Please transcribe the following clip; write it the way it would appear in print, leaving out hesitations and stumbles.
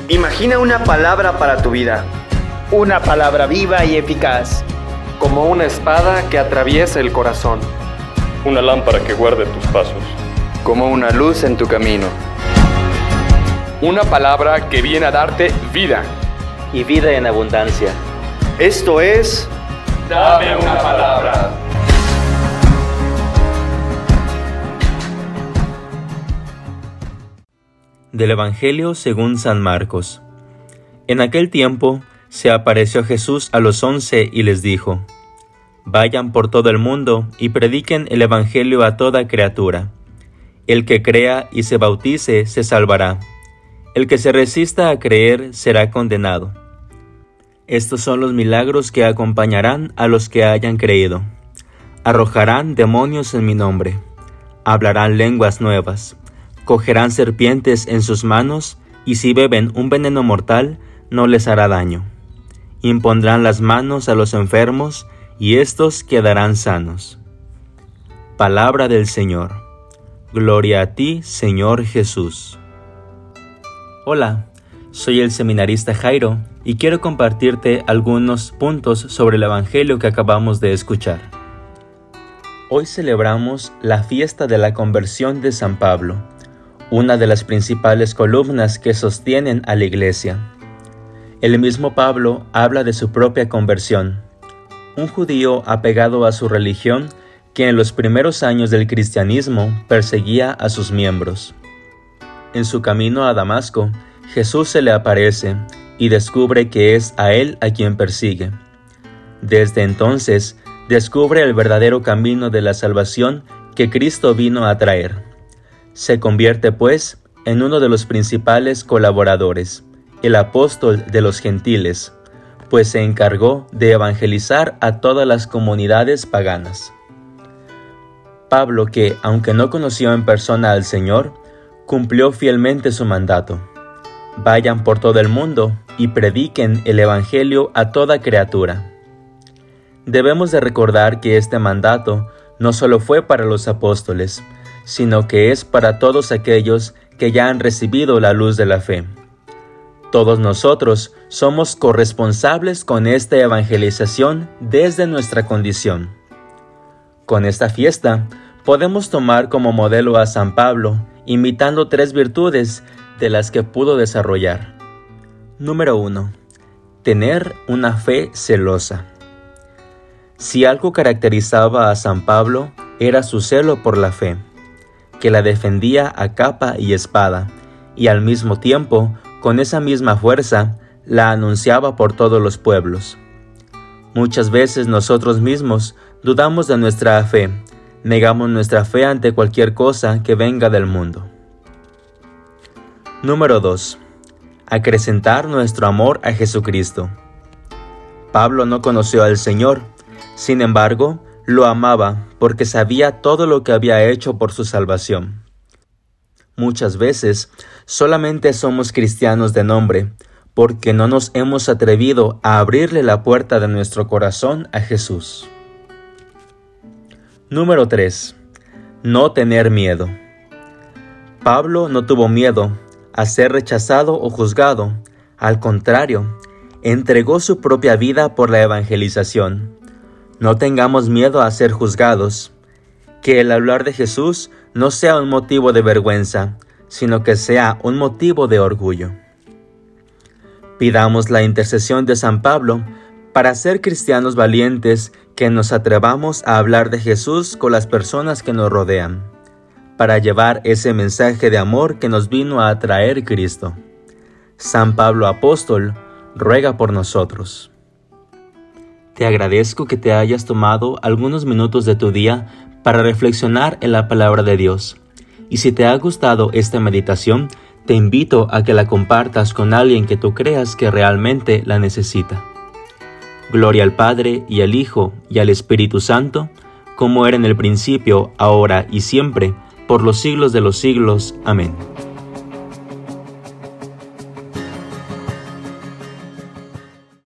Imagina una palabra para tu vida. Una palabra viva y eficaz. Como una espada que atraviesa el corazón. Una lámpara que guarde tus pasos. Como una luz en tu camino. Una palabra que viene a darte vida. Y vida en abundancia. Esto es... Dame una palabra. Del Evangelio según San Marcos. En aquel tiempo se apareció Jesús a los 11 y les dijo: Vayan por todo el mundo y prediquen el Evangelio a toda criatura. El que crea y se bautice se salvará. El que se resista a creer será condenado. Estos son los milagros que acompañarán a los que hayan creído. Arrojarán demonios en mi nombre. Hablarán lenguas nuevas. Cogerán serpientes en sus manos, y si beben un veneno mortal, no les hará daño. Impondrán las manos a los enfermos, y éstos quedarán sanos. Palabra del Señor. Gloria a ti, Señor Jesús. Hola, soy el seminarista Jairo, y quiero compartirte algunos puntos sobre el Evangelio que acabamos de escuchar. Hoy celebramos la fiesta de la conversión de San Pablo, una de las principales columnas que sostienen a la Iglesia. El mismo Pablo habla de su propia conversión, un judío apegado a su religión que en los primeros años del cristianismo perseguía a sus miembros. En su camino a Damasco, Jesús se le aparece y descubre que es a él a quien persigue. Desde entonces, descubre el verdadero camino de la salvación que Cristo vino a traer. Se convierte, pues, en uno de los principales colaboradores, el apóstol de los gentiles, pues se encargó de evangelizar a todas las comunidades paganas. Pablo, que, aunque no conoció en persona al Señor, cumplió fielmente su mandato. Vayan por todo el mundo y prediquen el Evangelio a toda criatura. Debemos de recordar que este mandato no solo fue para los apóstoles, sino que es para todos aquellos que ya han recibido la luz de la fe. Todos nosotros somos corresponsables con esta evangelización desde nuestra condición. Con esta fiesta podemos tomar como modelo a San Pablo, imitando 3 virtudes de las que pudo desarrollar. Número 1. Tener una fe celosa. Si algo caracterizaba a San Pablo, era su celo por la fe, que la defendía a capa y espada, y al mismo tiempo, con esa misma fuerza, la anunciaba por todos los pueblos. Muchas veces nosotros mismos dudamos de nuestra fe, negamos nuestra fe ante cualquier cosa que venga del mundo. Número 2. Acrecentar nuestro amor a Jesucristo. Pablo no conoció al Señor, sin embargo, lo amaba porque sabía todo lo que había hecho por su salvación. Muchas veces solamente somos cristianos de nombre porque no nos hemos atrevido a abrirle la puerta de nuestro corazón a Jesús. Número 3. No tener miedo. Pablo no tuvo miedo a ser rechazado o juzgado. Al contrario, entregó su propia vida por la evangelización. No tengamos miedo a ser juzgados. Que el hablar de Jesús no sea un motivo de vergüenza, sino que sea un motivo de orgullo. Pidamos la intercesión de San Pablo para ser cristianos valientes que nos atrevamos a hablar de Jesús con las personas que nos rodean, para llevar ese mensaje de amor que nos vino a traer Cristo. San Pablo Apóstol, ruega por nosotros. Te agradezco que te hayas tomado algunos minutos de tu día para reflexionar en la palabra de Dios. Y si te ha gustado esta meditación, te invito a que la compartas con alguien que tú creas que realmente la necesita. Gloria al Padre, y al Hijo, y al Espíritu Santo, como era en el principio, ahora y siempre, por los siglos de los siglos. Amén.